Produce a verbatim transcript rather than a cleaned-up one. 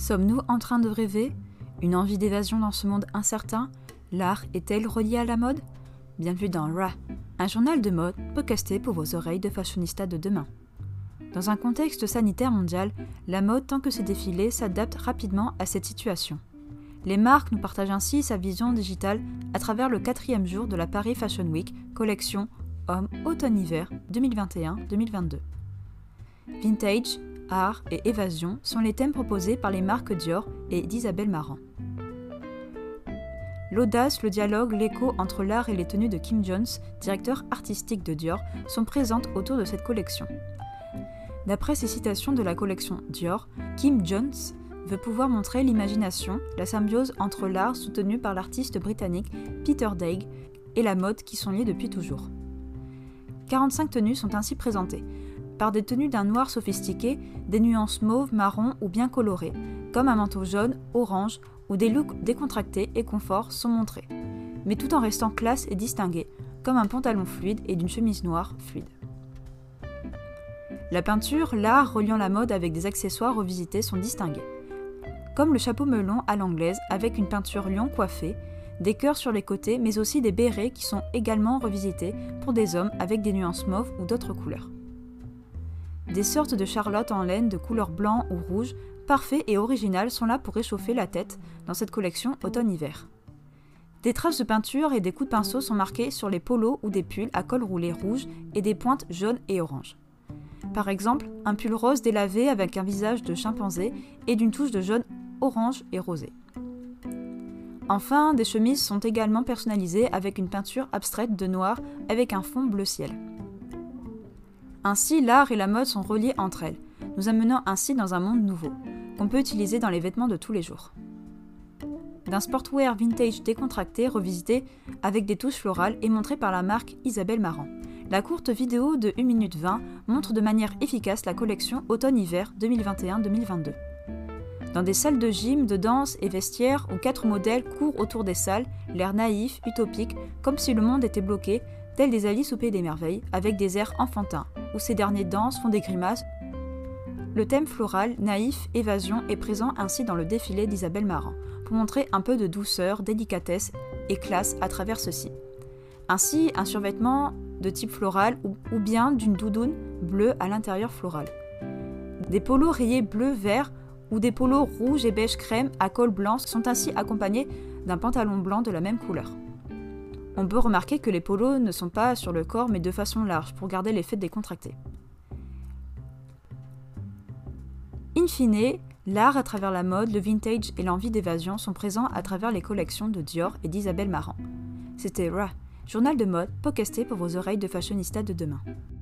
Sommes-nous en train de rêver? Une envie d'évasion dans ce monde incertain? L'art est-elle relié à la mode? Bienvenue dans Ra, un journal de mode podcasté pour vos oreilles de fashionista de demain. Dans un contexte sanitaire mondial, la mode tant que ses défilés s'adapte rapidement à cette situation. Les marques nous partagent ainsi sa vision digitale à travers le quatrième jour de la Paris Fashion Week, collection Homme Automne-Hiver deux mille vingt et un deux mille vingt-deux. Vintage, art et évasion sont les thèmes proposés par les marques Dior et d'Isabelle Marant. L'audace, le dialogue, l'écho entre l'art et les tenues de Kim Jones, directeur artistique de Dior, sont présentes autour de cette collection. D'après ces citations de la collection Dior, Kim Jones veut pouvoir montrer l'imagination, la symbiose entre l'art soutenu par l'artiste britannique Peter Daig et la mode qui sont liées depuis toujours. quarante-cinq tenues sont ainsi présentées, par des tenues d'un noir sophistiqué, des nuances mauve, marron ou bien colorées, comme un manteau jaune, orange, où des looks décontractés et confort sont montrés, mais tout en restant classe et distingué, comme un pantalon fluide et d'une chemise noire fluide. La peinture, l'art reliant la mode avec des accessoires revisités sont distingués, comme le chapeau melon à l'anglaise avec une peinture lion coiffée, des cœurs sur les côtés mais aussi des bérets qui sont également revisités pour des hommes avec des nuances mauves ou d'autres couleurs. Des sortes de charlottes en laine de couleur blanc ou rouge, parfait et originales, sont là pour réchauffer la tête dans cette collection automne-hiver. Des traces de peinture et des coups de pinceau sont marqués sur les polos ou des pulls à col roulé rouge et des pointes jaunes et oranges. Par exemple, un pull rose délavé avec un visage de chimpanzé et d'une touche de jaune, orange et rosé. Enfin, des chemises sont également personnalisées avec une peinture abstraite de noir avec un fond bleu ciel. Ainsi, l'art et la mode sont reliés entre elles, nous amenant ainsi dans un monde nouveau, qu'on peut utiliser dans les vêtements de tous les jours. D'un sportwear vintage décontracté revisité avec des touches florales et montré par la marque Isabelle Marant. La courte vidéo de une minute vingt montre de manière efficace la collection automne-hiver deux mille vingt et un deux mille vingt-deux. Dans des salles de gym, de danse et vestiaires où quatre modèles courent autour des salles, l'air naïf, utopique, comme si le monde était bloqué, tels des Alice au Pays des Merveilles, avec des airs enfantins, où ces derniers dansent, font des grimaces. Le thème floral, naïf, évasion est présent ainsi dans le défilé d'Isabelle Marant, pour montrer un peu de douceur, délicatesse et classe à travers ceci. Ainsi, un survêtement de type floral ou, ou bien d'une doudoune bleue à l'intérieur floral. Des polos rayés bleu-vert ou des polos rouge et beige crème à col blanc sont ainsi accompagnés d'un pantalon blanc de la même couleur. On peut remarquer que les polos ne sont pas sur le corps mais de façon large pour garder l'effet décontracté. In fine, l'art à travers la mode, le vintage et l'envie d'évasion sont présents à travers les collections de Dior et d'Isabelle Marant. C'était Ra, journal de mode podcasté pour vos oreilles de fashionista de demain.